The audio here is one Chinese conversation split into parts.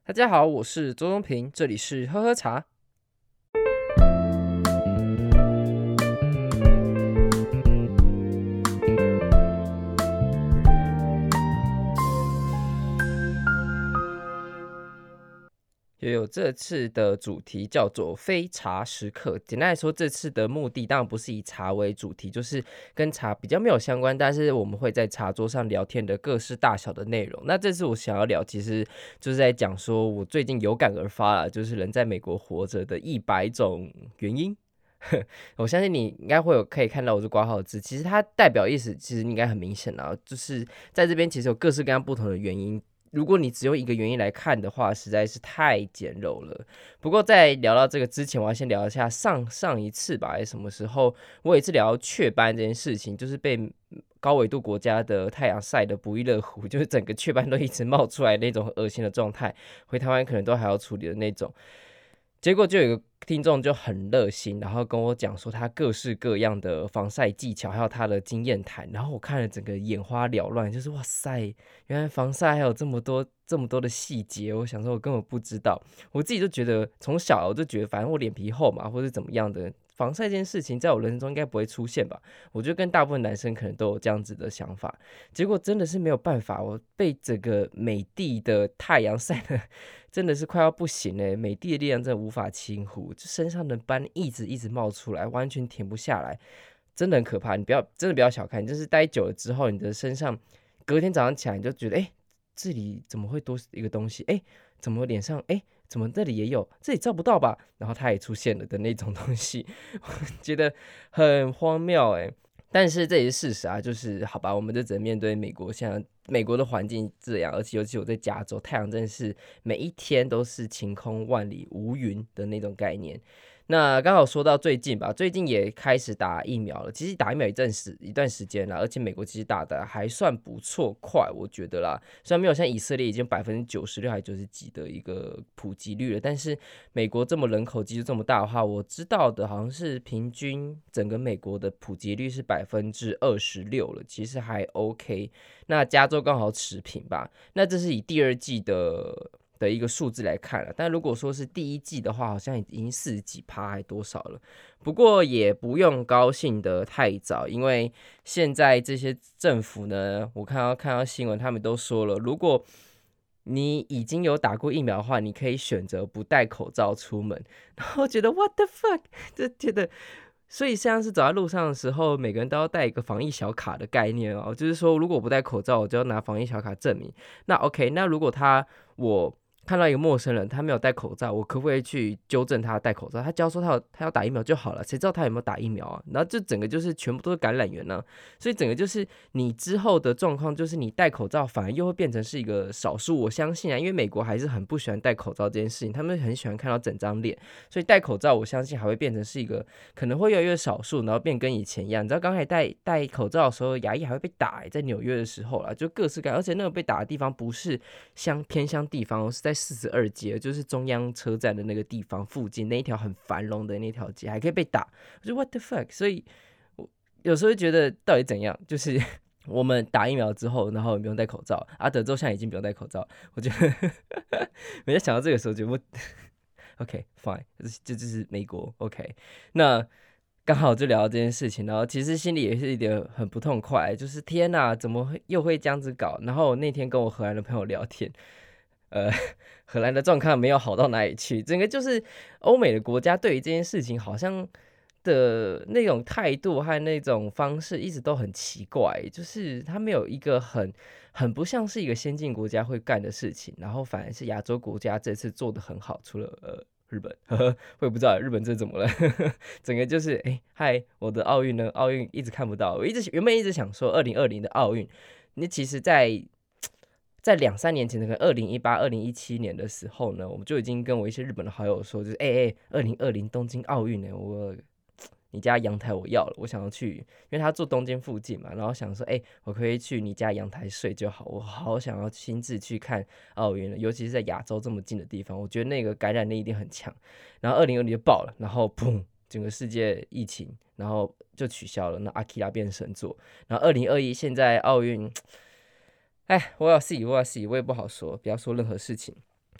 大家好，我是周中平，这里是喝喝茶。这次的主题叫做非茶时刻。简单来说，这次的目的当然不是以茶为主题，就是跟茶比较没有相关，但是我们会在茶桌上聊天的各式大小的内容。那这次我想要聊，其实就是在讲说我最近有感而发啦，就是人在美国活着的100种原因。我相信你应该会有可以看到我是挂号字，其实它代表意思其实应该很明显啦，就是在这边其实有各式各样不同的原因。如果你只用一个原因来看的话，实在是太简陋了。不过在聊到这个之前，我要先聊一下上一次吧，还是什么时候，我有一次聊到雀斑这件事情，就是被高纬度国家的太阳晒得不亦乐乎，就是整个雀斑都一直冒出来那种很恶心的状态，回台湾可能都还要处理的那种。结果就有一个听众就很热心，然后跟我讲说他各式各样的防晒技巧，还有他的经验谈，然后我看了整个眼花缭乱，就是哇塞，原来防晒还有这么多的细节，我想说我根本不知道，我自己就觉得从小我就觉得反正我脸皮厚嘛，或者怎么样的。防晒这件事情在我人生中应该不会出现吧？我觉得跟大部分男生可能都有这样子的想法，结果真的是没有办法，我被整个美帝的太阳晒的真的是快要不行了，美帝的力量真的无法轻忽，就身上的斑一直冒出来，完全停不下来，真的很可怕。你真的不要小看，就是待久了之后，你的身上隔天早上起来你就觉得，这里怎么会多一个东西？怎么脸上怎么这里也有？这里照不到吧？然后它也出现了的那种东西，我觉得很荒谬但是这也是事实啊，就是好吧，我们就只能面对美国现在美国的环境这样，而且尤其我在加州，太阳真的是每一天都是晴空万里无云的那种概念。那刚好说到最近吧，最近也开始打疫苗了。其实打疫苗一段时间了，而且美国其实打的还算不错，快我觉得啦。虽然没有像以色列已经96%还是90几的一个普及率了，但是美国这么人口基数这么大的话，我知道的好像是平均整个美国的普及率是26%了，其实还 OK。那加州刚好持平吧。那这是以第二季的一个数字来看了，但如果说是第一季的话，好像已经40几趴还多少了。不过也不用高兴的太早，因为现在这些政府呢，我看到新闻，他们都说了，如果你已经有打过疫苗的话，你可以选择不戴口罩出门。然后觉得 what the fuck， 就觉得所以像是走在路上的时候，每个人都要带一个防疫小卡的概念哦，就是说如果我不戴口罩，我就要拿防疫小卡证明。那 OK，那如果我看到一个陌生人，他没有戴口罩，我可不可以去纠正他戴口罩？他只要说他要打疫苗就好了，谁知道他有没有打疫苗啊？然后这整个就是全部都是感染源呢、所以整个就是你之后的状况，就是你戴口罩反而又会变成是一个少数。我相信啊，因为美国还是很不喜欢戴口罩这件事情，他们很喜欢看到整张脸，所以戴口罩我相信还会变成是一个可能会越来越少数，然后变跟以前一样。你知道刚开始戴口罩的时候，牙医还会被打、在纽约的时候啦，就各式各样，而且那个被打的地方不是偏乡地方，是在42街，就是中央车站的那个地方附近那一条很繁荣的那条街，还可以被打，我就 what the fuck。所以我有时候会觉得到底怎样，就是我们打疫苗之后，然后也不用戴口罩啊，德州现在已经不用戴口罩，我觉得每次想到这个时候就我 OK fine，这就是美国 OK。那刚好就聊到这件事情，然后其实心里也是一点很不痛快，就是天哪，怎么又会这样子搞？然后我那天跟我荷兰的朋友聊天，呃，荷兰的状况没有好到哪里去，整个就是欧美的国家对于这件事情好像的那种态度和那种方式一直都很奇怪，就是他没有一个很不像是一个先进国家会干的事情，然后反而是亚洲国家这次做的很好，除了日本，我也不知道日本这怎么了，整个就是嗨，我的奥运呢？奥运一直看不到，原本一直想说2020的奥运，你其实在2、3年前，可能2018、2017年的时候呢，我们就已经跟我一些日本的好友说，就是2020东京奥运呢，你家阳台我要了，我想要去，因为他住东京附近嘛，然后想说，我可以去你家阳台睡就好，我好想要亲自去看奥运了，尤其是在亚洲这么近的地方，我觉得那个感染力一定很强。然后2020就爆了，然后砰，整个世界疫情，然后就取消了，那阿基拉变神作，然后2021现在奥运，我要 see，我也不好说，不要说任何事情。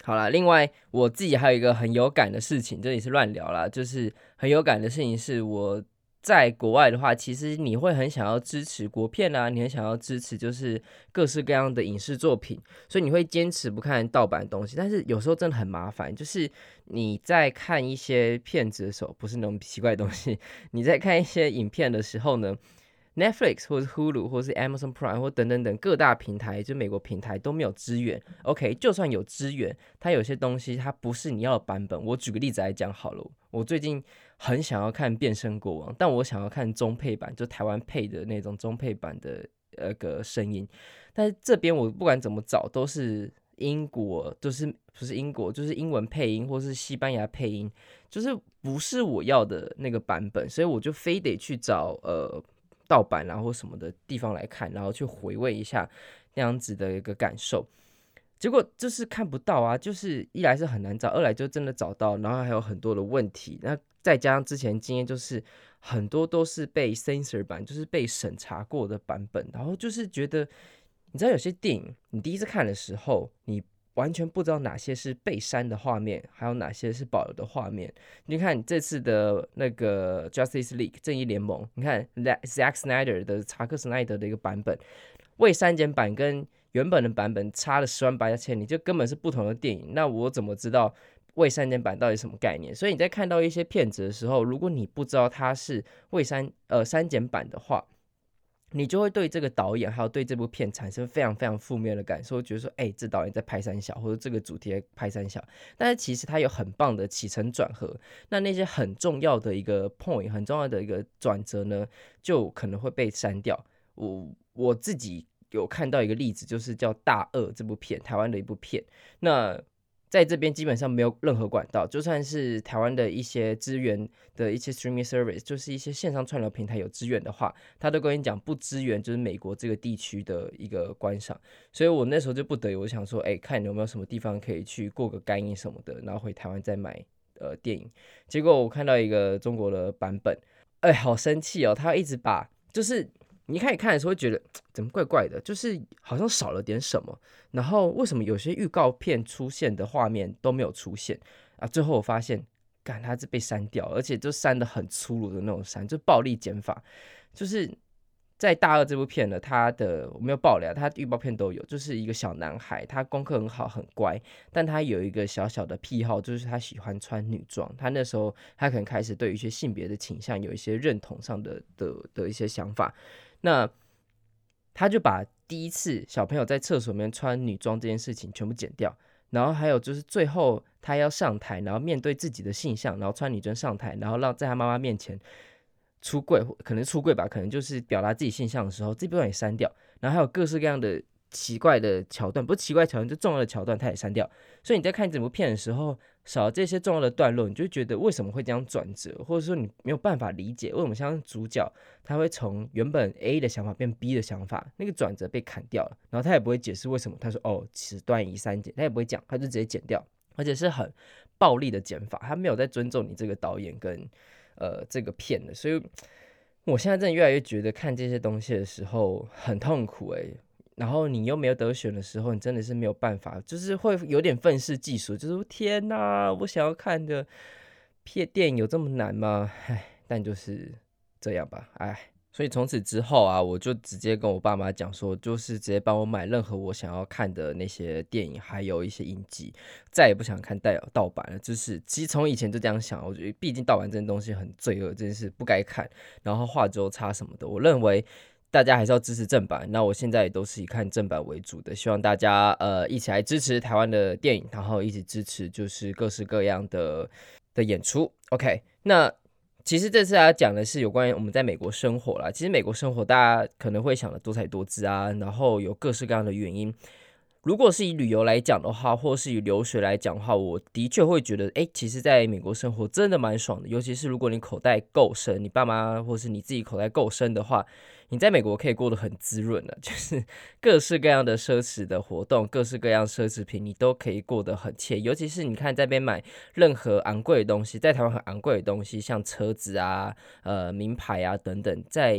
好啦，另外我自己还有一个很有感的事情，这也是乱聊啦，就是很有感的事情是我在国外的话，其实你会很想要支持国片啊，你很想要支持就是各式各样的影视作品，所以你会坚持不看盗版的东西。但是有时候真的很麻烦，就是你在看一些片子的时候，不是那种奇怪的东西，你在看一些影片的时候呢，Netflix 或是 Hulu 或是 Amazon Prime 或等等等各大平台，就美国平台都没有支援。OK，就算有支援，它有些东西它不是你要的版本。我举个例子来讲好了，我最近很想要看《变身国王》，但我想要看中配版，就台湾配的那种中配版的个声音，但是这边我不管怎么找都是英国，就是不是英国，就是英文配音或是西班牙配音，就是不是我要的那个版本，所以我就非得去找盗版然后什么的地方来看，然后去回味一下那样子的一个感受。结果就是看不到啊，就是一来是很难找，二来就真的找到，然后还有很多的问题。那再加上之前经验，就是很多都是被 censor 版，就是被审查过的版本，然后就是觉得，你知道有些电影你第一次看的时候，你完全不知道哪些是被删的画面，还有哪些是保留的画面。你看这次的那个 Justice League 正义联盟，你看 Zack Snyder 的查克·史奈德的一个版本，未删减版跟原本的版本差了10万8千里，就根本是不同的电影。那我怎么知道未删减版到底什么概念？所以你在看到一些片子的时候，如果你不知道它是删减版的话，你就会对这个导演还有对这部片产生非常非常负面的感受，觉得说，这导演在拍三小，或者这个主题在拍三小。但是其实它有很棒的起承转合，那些很重要的一个 point， 很重要的一个转折呢，就可能会被删掉。我自己有看到一个例子，就是叫《大鳄》这部片，台湾的一部片。那在这边基本上没有任何管道，就算是台湾的一些资源的一些 streaming service， 就是一些线上串流平台有资源的话，他都跟你讲不支援就是美国这个地区的一个观赏。所以我那时候就不得已，我想说，看有没有什么地方可以去过个干瘾什么的，然后回台湾再买电影。结果我看到一个中国的版本，好生气哦，他一直把就是你一开始看的时候会觉得怎么怪怪的，就是好像少了点什么，然后为什么有些预告片出现的画面都没有出现啊？最后我发现，干它是被删掉，而且就删的很粗鲁的那种删，就暴力减法，就是在大二这部片呢，他的我没有爆料，他预告片都有，就是一个小男孩，他功课很好，很乖，但他有一个小小的癖好，就是他喜欢穿女装。他那时候他可能开始对于一些性别的倾向有一些认同上的一些想法，那他就把第一次小朋友在厕所里面穿女装这件事情全部剪掉。然后还有就是最后他要上台，然后面对自己的性向，然后穿女装上台，然后让在他妈妈面前出柜，可能出柜吧，可能就是表达自己性向的时候，这部分也删掉。然后还有各式各样的奇怪的桥段，不是奇怪桥段，就重要的桥段他也删掉。所以你在看整部片的时候，少了这些重要的段落，你就会觉得为什么会这样转折，或者说你没有办法理解为什么像主角他会从原本 A 的想法变 B 的想法，那个转折被砍掉了，然后他也不会解释为什么，他说此段已删减，他也不会讲，他就直接剪掉，而且是很暴力的剪法，他没有在尊重你这个导演跟这个片的。所以我现在真的越来越觉得看这些东西的时候很痛苦然后你又没有得选的时候，你真的是没有办法，就是会有点愤世嫉俗，就是天哪，我想要看的电影有这么难吗？但就是这样吧，所以从此之后啊，我就直接跟我爸妈讲说，就是直接帮我买任何我想要看的那些电影，还有一些影集，再也不想看盗版了。就是其实从以前就这样想，我觉得毕竟盗版这件东西很罪恶，真是不该看，然后画质差什么的，我认为大家还是要支持正版。那我现在也都是以看正版为主的，希望大家一起来支持台湾的电影，然后一起支持就是各式各样的演出。OK， 那其实这次要讲的是有关于我们在美国生活啦。其实美国生活大家可能会想的多彩多姿啊，然后有各式各样的原因。如果是以旅游来讲的话，或是以留学来讲的话，我的确会觉得，其实在美国生活真的蛮爽的。尤其是如果你口袋够深，你爸妈或是你自己口袋够深的话，你在美国可以过得很滋润的，就是各式各样的奢侈的活动，各式各样奢侈品，你都可以过得很惬意。尤其是你看在这边买任何昂贵的东西，在台湾很昂贵的东西，像车子啊、名牌啊等等，在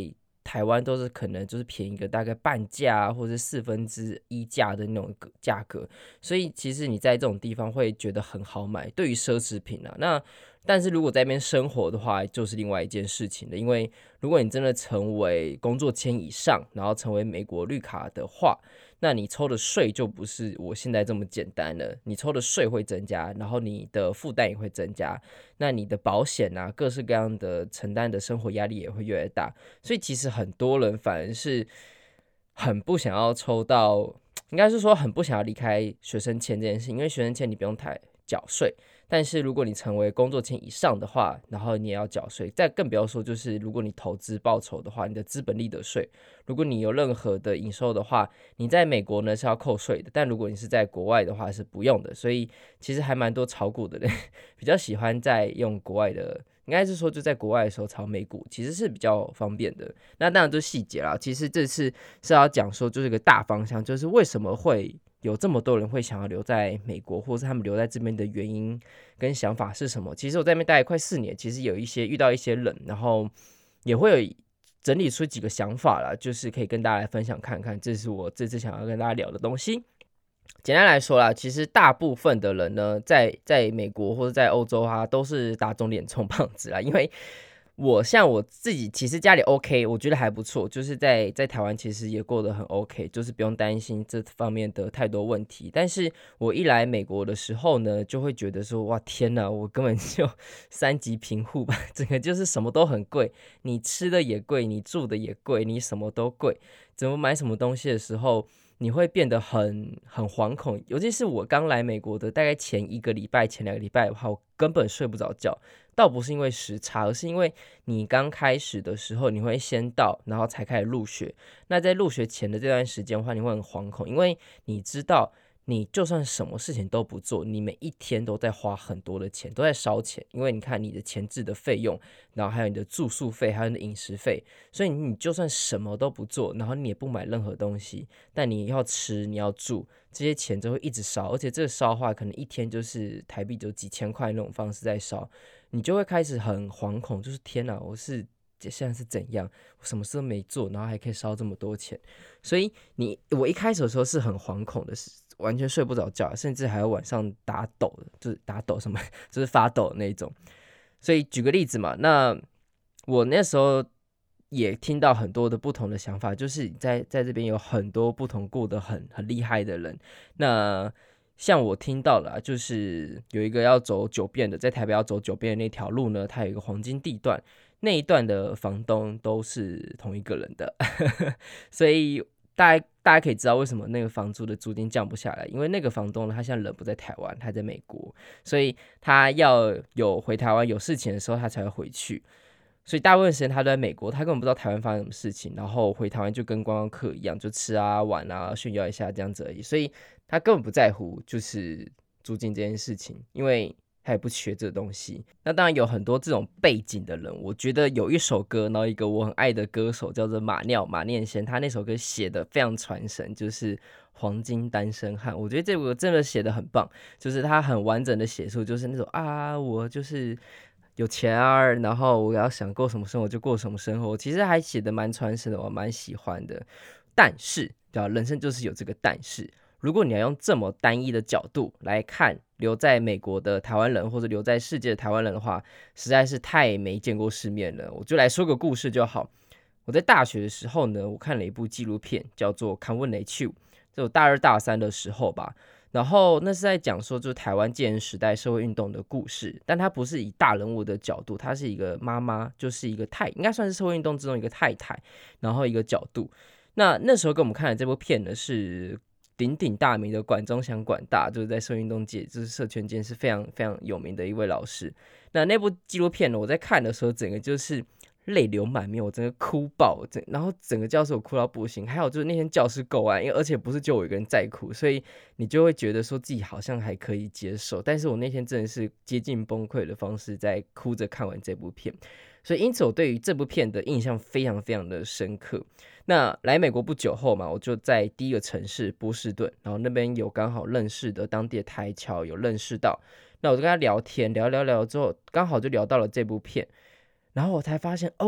台湾都是可能就是便宜个大概半价或者1/4价的那种价格，所以其实你在这种地方会觉得很好买，对于奢侈品啊。那但是如果在那边生活的话，就是另外一件事情了。因为如果你真的成为工作签以上，然后成为美国绿卡的话，那你抽的税就不是我现在这么简单了。你抽的税会增加，然后你的负担也会增加，那你的保险啊，各式各样的承担的生活压力也会越来越大。所以其实很多人反而是很不想要抽到，应该是说很不想要离开学生签这件事，因为学生签你不用太缴税。但是如果你成为工作签以上的话，然后你也要缴税，再更不要说就是如果你投资报酬的话，你的资本利得税，如果你有任何的营收的话，你在美国呢是要扣税的，但如果你是在国外的话是不用的。所以其实还蛮多炒股的人比较喜欢在用国外的，应该是说就在国外的时候炒美股，其实是比较方便的。那当然就是细节啦，其实这次是要讲说就是一个大方向，就是为什么会有这么多人会想要留在美国，或是他们留在这边的原因跟想法是什么。其实我在那边待了快4年，其实有一些遇到一些人，然后也会有整理出几个想法啦，就是可以跟大家来分享看看，这是我这次想要跟大家聊的东西。简单来说啦，其实大部分的人呢，在美国或者在欧洲啊，都是打肿脸充胖子啦。因为像我自己，其实家里 OK，我觉得还不错，就是在台湾其实也过得很 OK，就是不用担心这方面的太多问题。但是我一来美国的时候呢，就会觉得说，哇天哪，我根本就3级贫户吧，整个就是什么都很贵，你吃的也贵，你住的也贵，你什么都贵，怎么买什么东西的时候，你会变得很惶恐。尤其是我刚来美国的大概前1个礼拜、前2个礼拜的话，我根本睡不着觉。倒不是因为时差，而是因为你刚开始的时候，你会先到，然后才开始入学。那在入学前的这段时间的话，你会很惶恐，因为你知道，你就算什么事情都不做，你每一天都在花很多的钱，都在烧钱。因为你看你的前置的费用，然后还有你的住宿费，还有你的饮食费，所以你就算什么都不做，然后你也不买任何东西，但你要吃，你要住，这些钱就会一直烧，而且这个烧的话，可能一天就是台币就几千块那种方式在烧。你就会开始很惶恐，就是天哪，现在是怎样？我什么事都没做，然后还可以烧这么多钱，所以我一开始的时候是很惶恐的，是完全睡不着觉，甚至还有晚上打抖的，就是打抖什么，就是发抖的那种。所以举个例子嘛，那我那时候也听到很多的不同的想法，就是在这边有很多不同过得很厉害的人。那像我听到了就是有一个要走九遍的，在台北要走九遍的那条路呢，它有一个黄金地段，那一段的房东都是同一个人的，所以大家可以知道为什么那个房租的租金降不下来，因为那个房东呢，他现在人不在台湾，他在美国，所以他要有回台湾有事情的时候，他才会回去。所以大部分时间他都在美国，他根本不知道台湾发生什么事情，然后回台湾就跟观光客一样，就吃啊玩啊炫耀一下这样子而已，所以他根本不在乎就是租金这件事情，因为他也不缺这东西。那当然有很多这种背景的人，我觉得有一首歌，然后一个我很爱的歌手叫做马念先，他那首歌写的非常传神，就是黄金单身汉。我觉得这首真的写的很棒，就是他很完整的写出就是那种我就是有钱啊，然后我要想过什么生活就过什么生活，其实还写的蛮传神的，我蛮喜欢的。但是，对吧？人生就是有这个但是。如果你要用这么单一的角度来看留在美国的台湾人，或者留在世界的台湾人的话，实在是太没见过世面了。我就来说个故事就好。我在大学的时候呢，我看了一部纪录片，叫做《康温雷丘》，就我大2大3的时候吧。然后那是在讲说，就是台湾戒严时代社会运动的故事，但它不是以大人物的角度，它是一个妈妈，就是一个应该算是社会运动之中一个太太，然后一个角度。那时候给我们看的这部片呢，是鼎鼎大名的管中祥管大，就是在社会运动界，就是社圈界是非常非常有名的一位老师。那部纪录片呢，我在看的时候，整个就是泪流满面，我整个哭爆，然后整个教室我哭到不行。还有就是那天教室够暗，而且不是就我一个人在哭，所以你就会觉得说自己好像还可以接受。但是我那天真的是接近崩溃的方式，在哭着看完这部片。所以因此我对于这部片的印象非常非常的深刻。那来美国不久后嘛，我就在第一个城市波士顿，然后那边有刚好认识的当地的台侨有认识到，那我就跟他聊天，聊之后，刚好就聊到了这部片，然后我才发现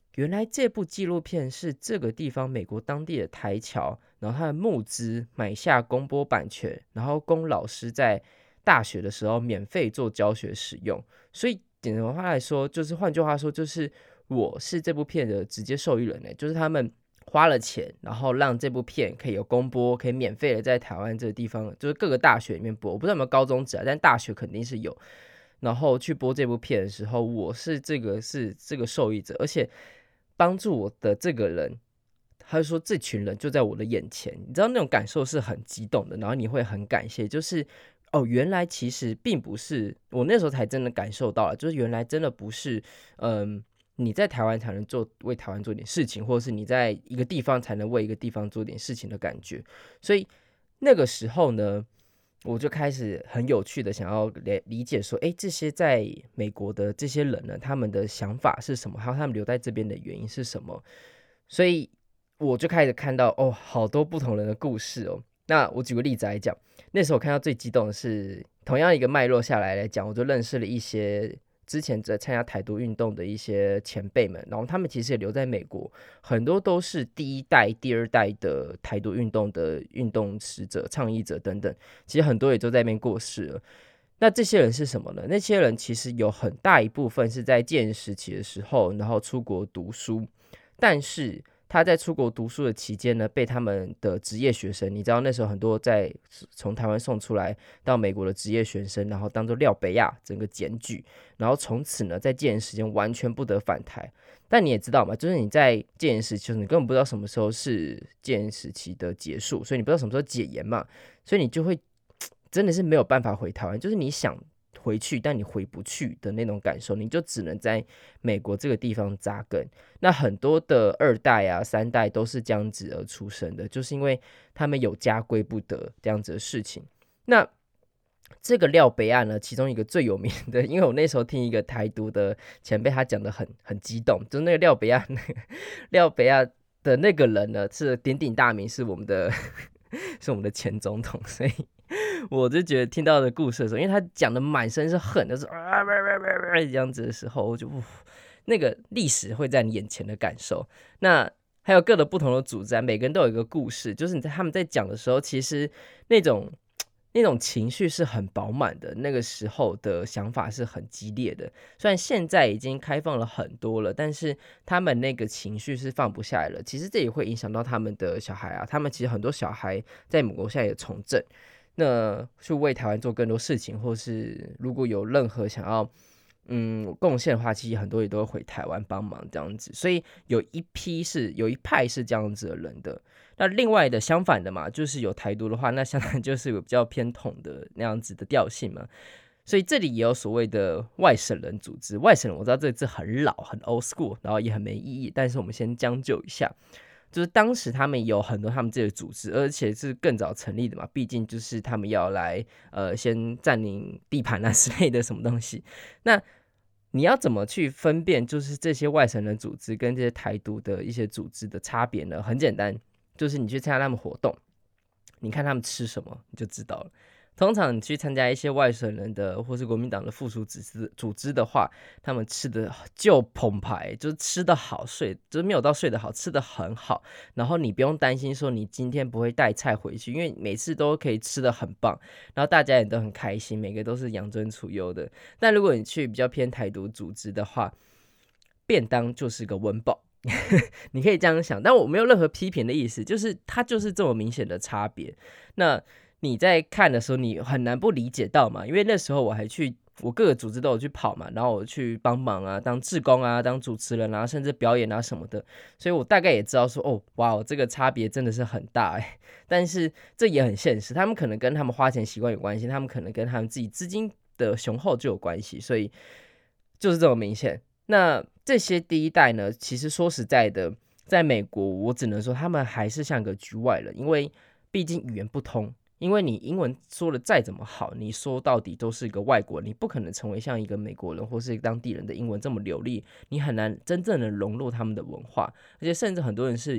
原来这部纪录片是这个地方美国当地的台侨，然后他的募资买下公播版权，然后供老师在大学的时候免费做教学使用。所以简单话来说，就是换句话说，就是我是这部片的直接受益人就是他们花了钱，然后让这部片可以有公播，可以免费的在台湾这个地方，就是各个大学里面播。我不知道有没有高中职但大学肯定是有。然后去播这部片的时候，我是这个受益者，而且帮助我的这个人，他就说这群人就在我的眼前，你知道那种感受是很激动的，然后你会很感谢，就是原来其实并不是我那时候才真的感受到了，就是原来真的不是你在台湾才能为台湾做点事情，或者是你在一个地方才能为一个地方做点事情的感觉。所以那个时候呢，我就开始很有趣的想要理解说，这些在美国的这些人呢，他们的想法是什么，还有他们留在这边的原因是什么。所以我就开始看到好多不同人的故事那我举个例子来讲，那时候我看到最激动的是，同样一个脉络下来讲，我就认识了一些之前在参加台独运动的一些前辈们，然后他们其实也留在美国，很多都是第一代、第二代的台独运动的运动使者、倡议者等等，其实很多也都在那边过世了。那这些人是什么呢？那些人其实有很大一部分是在戒严时期的时候，然后出国读书，但是他在出国读书的期间呢，被他们的职业学生，你知道那时候很多从台湾送出来到美国的职业学生，然后当做廖北亚整个检举，然后从此呢，在戒严时间完全不得返台。但你也知道嘛，就是你在戒严时期，你根本不知道什么时候是戒严时期的结束，所以你不知道什么时候解严嘛，所以你就会真的是没有办法回台湾，就是你想回去，但你回不去的那种感受，你就只能在美国这个地方扎根。那很多的二代啊、三代都是这样子而出生的，就是因为他们有家归不得这样子的事情。那这个廖北亚呢，其中一个最有名的，因为我那时候听一个台独的前辈，他讲的很激动，就是那个廖北亚，廖北亚的那个人呢，是鼎鼎大名，是我们的是我们的前总统，所以我就觉得听到的故事的时候，因为他讲的满身是恨，就是这样子的时候，我就那个历史会在你眼前的感受。那还有各的不同的组织每个人都有一个故事，就是他们在讲的时候，其实那种情绪是很饱满的，那个时候的想法是很激烈的。虽然现在已经开放了很多了，但是他们那个情绪是放不下来了。其实这也会影响到他们的小孩啊，他们其实很多小孩在美国现在也从政，那去为台湾做更多事情，或是如果有任何想要贡献的话，其实很多也都会回台湾帮忙这样子。所以有一派是这样子的人的。那另外的相反的嘛，就是有台独的话，那相当就是有比较偏统的那样子的调性嘛。所以这里也有所谓的外省人组织。外省人我知道这个字很老很 old school， 然后也很没意义，但是我们先将就一下。就是当时他们有很多他们自己的组织，而且是更早成立的嘛，毕竟就是他们要来先占领地盘啊之类的什么东西。那你要怎么去分辨就是这些外省人组织跟这些台独的一些组织的差别呢？很简单，就是你去参加他们活动，你看他们吃什么你就知道了。通常你去参加一些外省人的或是国民党的附属组织的话，他们吃的就澎湃，就是吃得好，就是没有到睡得好，吃得很好。然后你不用担心说你今天不会带菜回去，因为每次都可以吃得很棒，然后大家也都很开心，每个都是养尊处优的。但如果你去比较偏台独组织的话，便当就是个温饱。你可以这样想，但我没有任何批评的意思，就是它就是这么明显的差别。那你在看的时候，你很难不理解到嘛，因为那时候我各个组织都有去跑嘛，然后我去帮忙啊，当志工啊，当主持人啊，甚至表演啊什么的，所以我大概也知道说，哇，这个差别真的是很大但是这也很现实，他们可能跟他们花钱习惯有关系，他们可能跟他们自己资金的雄厚就有关系，所以就是这么明显。那这些第一代呢，其实说实在的，在美国我只能说他们还是像个局外人，因为毕竟语言不通。因为你英文说的再怎么好，你说到底都是一个外国人，你不可能成为像一个美国人或是当地人的英文这么流利，你很难真正的融入他们的文化，而且甚至很多人是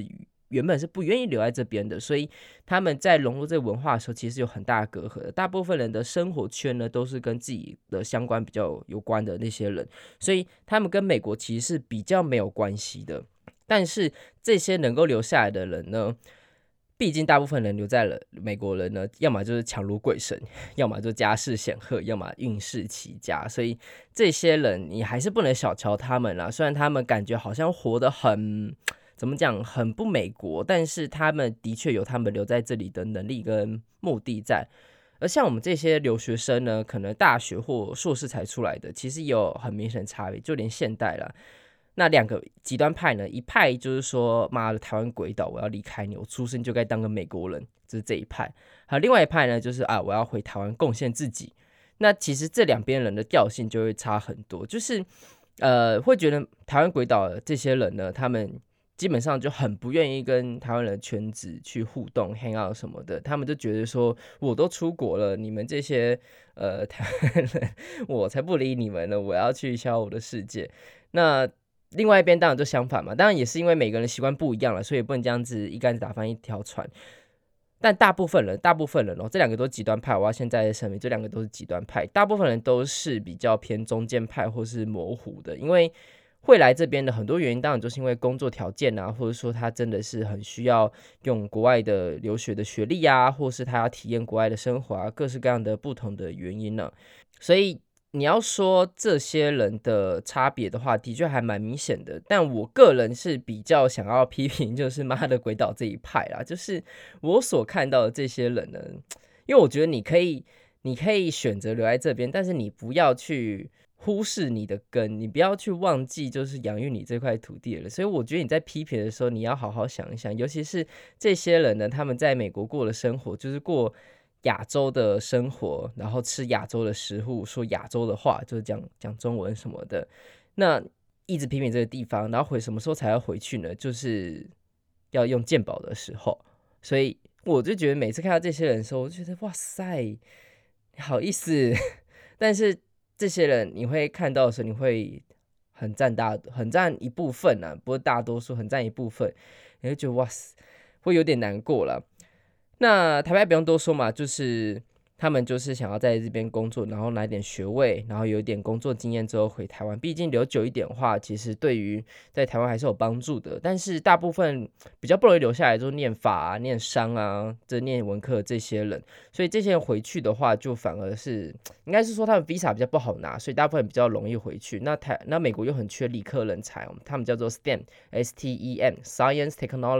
原本是不愿意留在这边的，所以他们在融入这个文化的时候，其实有很大的隔阂的。大部分人的生活圈呢，都是跟自己的相关比较有关的那些人，所以他们跟美国其实是比较没有关系的。但是这些能够留下来的人呢，毕竟大部分人留在了美国人呢，要么就是强如鬼神，要么就家世显赫，要么运势齐家，所以这些人你还是不能小瞧他们啦。虽然他们感觉好像活得很怎么讲，很不美国，但是他们的确有他们留在这里的能力跟目的在。而像我们这些留学生呢，可能大学或硕士才出来的，其实也有很明显的差别，就连现代啦。那两个极端派呢，一派就是说，妈的，台湾鬼岛，我要离开你，我出生就该当个美国人，这是这一派。还有另外一派呢，就是啊，我要回台湾贡献自己。那其实这两边人的调性就会差很多，就是会觉得台湾鬼岛的这些人呢，他们基本上就很不愿意跟台湾人的圈子去互动、hang out 什么的，他们就觉得说，我都出国了，你们这些台湾人，我才不理你们呢，我要去消我的世界。那另外一边当然就相反嘛，当然也是因为每个人习惯不一样了，所以不能这样子一竿子打翻一条船。但大部分人哦，这两个都是极端派，我要先在声明，这两个都是极端派，大部分人都是比较偏中间派或是模糊的，因为会来这边的很多原因，当然就是因为工作条件啊，或者说他真的是很需要用国外的留学的学历啊，或是他要体验国外的生活啊，各式各样的不同的原因呢，所以你要说这些人的差别的话，的确还蛮明显的。但我个人是比较想要批评，就是妈的鬼岛这一派啦。就是我所看到的这些人呢，因为我觉得你可以选择留在这边，但是你不要去忽视你的根，你不要去忘记就是养育你这块土地了。所以我觉得你在批评的时候，你要好好想一想，尤其是这些人呢，他们在美国过的生活，就是过亚洲的生活，然后吃亚洲的食物，说亚洲的话，就是讲中文什么的。那一直批评这个地方，然后什么时候才要回去呢？就是要用健保的时候。所以我就觉得每次看到这些人的时候，我就觉得哇塞，好意思。但是这些人你会看到的时候，你会很占一部分啊，不是大多数，很占一部分，你会觉得哇塞，会有点难过了。那台北不用多说嘛，就是他们就是想要在这边工作，然后拿一点学位，然后有一点工作经验之后回台湾。毕竟留久一点的话，其实对于在台湾还是有帮助的。但是大部分比较不容易留下来，就是念法啊、念商啊、念文科这些人。所以这些人回去的话，就反而是应该是说他们 visa 比较不好拿，所以大部分比较容易回去。那美国又很缺理科人才，他们叫做 STEM，Science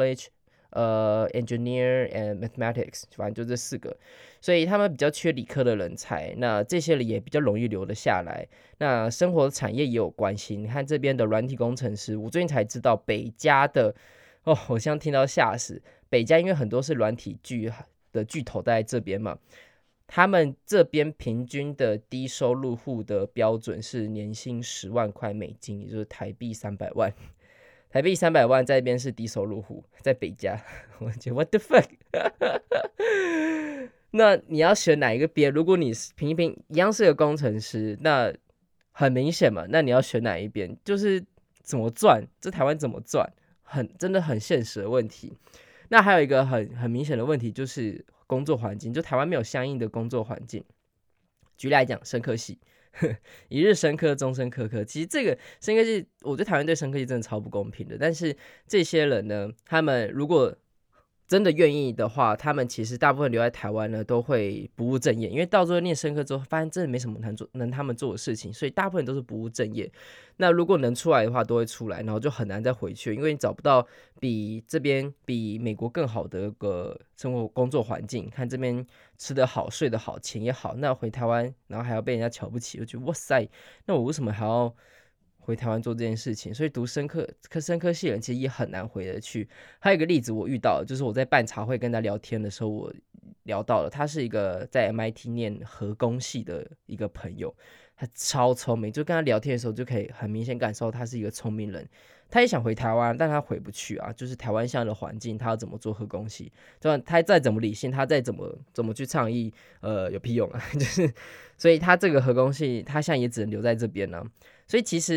Technology。Engineer and Mathematics， 反正就这四个，所以他们比较缺理科的人才，那这些人也比较容易留得下来。那生活产业也有关系，你看这边的软体工程师，我最近才知道北加的哦，我现在听到吓死。北加因为很多是软体巨头在这边嘛，他们这边平均的低收入户的标准是年薪10万块美金，也就是台币300万。台币300万在这边是低收入户，在北加，我觉得 what the fuck 那你要选哪一个边？如果你评一评一样是个工程师，那很明显嘛，那你要选哪一边？就是怎么赚，这台湾怎么赚，真的很现实的问题。那还有一个很明显的问题就是工作环境，就台湾没有相应的工作环境。举例来讲，生科系。一日生科，终身科科。其实这个生科系，我觉得台湾对生科系真的超不公平的。但是这些人呢，他们如果真的愿意的话，他们其实大部分留在台湾呢，都会不务正业。因为到最后念生科之后，发现真的没什么能他们做的事情，所以大部分都是不务正业。那如果能出来的话，都会出来，然后就很难再回去，因为你找不到比美国更好的一个生活工作环境。看这边吃得好，睡得好，钱也好，那回台湾，然后还要被人家瞧不起，我觉得哇塞，那我为什么还要回台湾做这件事情？所以读生科系的人其实也很难回得去。还有一个例子我遇到的，就是我在办茶会跟他聊天的时候，我聊到了，他是一个在 MIT 念核工系的一个朋友，他超聪明，就跟他聊天的时候就可以很明显感受到他是一个聪明人。他也想回台湾，但他回不去啊，就是台湾现在的环境，他要怎么做核工系？就他再怎么理性，他再怎么去倡议，有屁用啊？就是，所以他这个核工系，他现在也只能留在这边呢、所以其实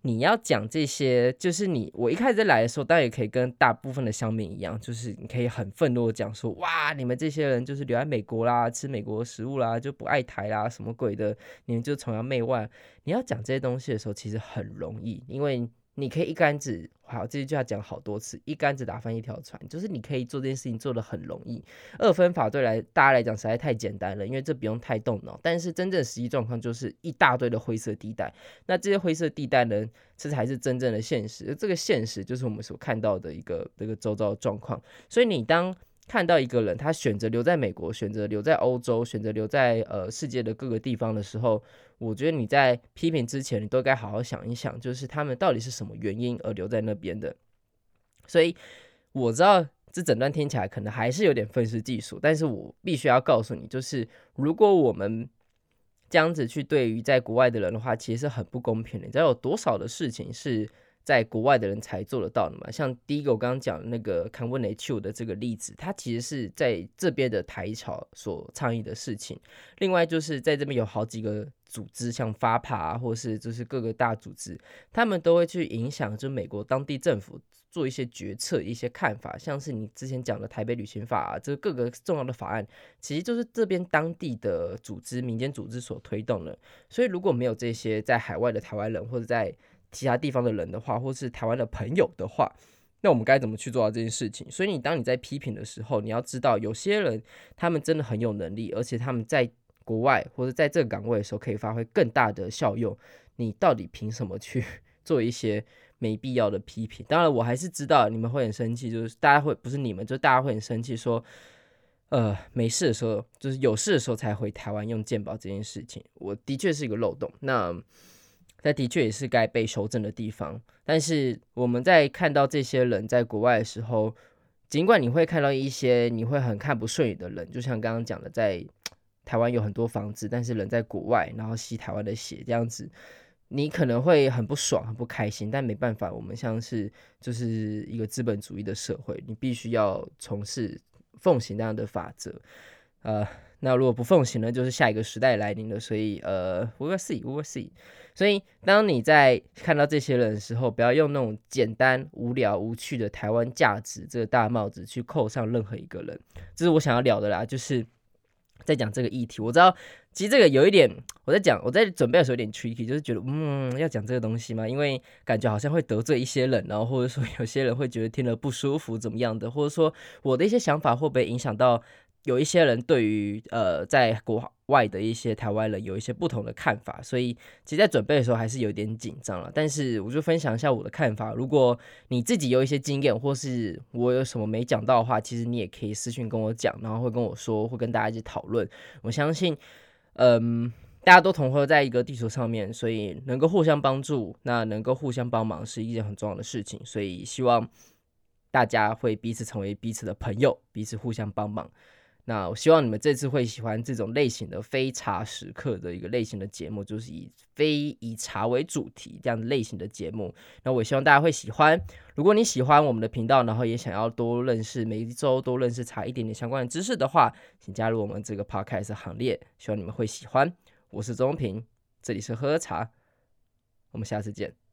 你要讲这些，就是我一开始在来的时候，当然也可以跟大部分的乡民一样，就是你可以很愤怒的讲说，哇，你们这些人就是留在美国啦，吃美国的食物啦，就不爱台啦，什么鬼的，你们就崇洋媚外。你要讲这些东西的时候，其实很容易，因为你可以一竿子，好，这句话讲好多次，一竿子打翻一条船，就是你可以做这件事情做得很容易。二分法对大家来讲实在太简单了，因为这不用太动脑。但是真正实际状况就是一大堆的灰色地带，那这些灰色地带呢，这才是真正的现实。这个现实就是我们所看到的这个周遭的状况。所以你当看到一个人他选择留在美国，选择留在欧洲，选择留在世界的各个地方的时候，我觉得你在批评之前，你都该好好想一想，就是他们到底是什么原因而留在那边的。所以我知道这整段听起来可能还是有点愤世嫉俗，但是我必须要告诉你，就是如果我们这样子去对于在国外的人的话，其实是很不公平的。你知道有多少的事情是在国外的人才做得到的嘛？像第一个我刚刚讲的那个康温雷丘的这个例子，它其实是在这边的台侨所倡议的事情。另外就是在这边有好几个组织，像发帕啊，或是就是各个大组织，他们都会去影响就美国当地政府做一些决策、一些看法，像是你之前讲的台北旅行法啊，这各个重要的法案，其实就是这边当地的组织、民间组织所推动的。所以如果没有这些在海外的台湾人，或者在其他地方的人的话，或是台湾的朋友的话，那我们该怎么去做到这件事情？所以当你在批评的时候，你要知道有些人他们真的很有能力，而且他们在国外或者在这个岗位的时候可以发挥更大的效用。你到底凭什么去做一些没必要的批评？当然，我还是知道你们会很生气，就是大家会不是你们，就大家会很生气说，没事的时候，就是有事的时候才回台湾用健保这件事情，我的确是一个漏洞。那的确也是该被修正的地方。但是我们在看到这些人在国外的时候，尽管你会看到一些你会很看不顺眼的人，就像刚刚讲的，在台湾有很多房子，但是人在国外，然后吸台湾的血这样子，你可能会很不爽、很不开心。但没办法，我们像是就是一个资本主义的社会，你必须要奉行那样的法则。那如果不奉行呢，就是下一个时代来临了。所以we will see, we will see。所以当你在看到这些人的时候，不要用那种简单、无聊、无趣的台湾价值这个大帽子去扣上任何一个人。这是我想要聊的啦，就是在讲这个议题。我知道其实这个有一点，我在准备的时候有点 tricky， 就是觉得要讲这个东西吗？因为感觉好像会得罪一些人，然后或者说有些人会觉得听了不舒服怎么样的，或者说我的一些想法会不会影响到有一些人对于在国外的一些台湾人有一些不同的看法。所以其实在准备的时候还是有点紧张了，但是我就分享一下我的看法。如果你自己有一些经验，或是我有什么没讲到的话，其实你也可以私讯跟我讲，然后会跟我说，会跟大家一起讨论。我相信大家都同活在一个地球上面，所以能够互相帮助，那能够互相帮忙是一件很重要的事情。所以希望大家会彼此成为彼此的朋友，彼此互相帮忙。那我希望你们这次会喜欢这种类型的非茶时刻的一个类型的节目，就是以茶为主题这样的类型的节目。那我也希望大家会喜欢。如果你喜欢我们的频道，然后也想要多认识每一周多认识茶一点点相关的知识的话，请加入我们这个 podcast 行列。希望你们会喜欢。我是钟平，这里是喝茶，我们下次见。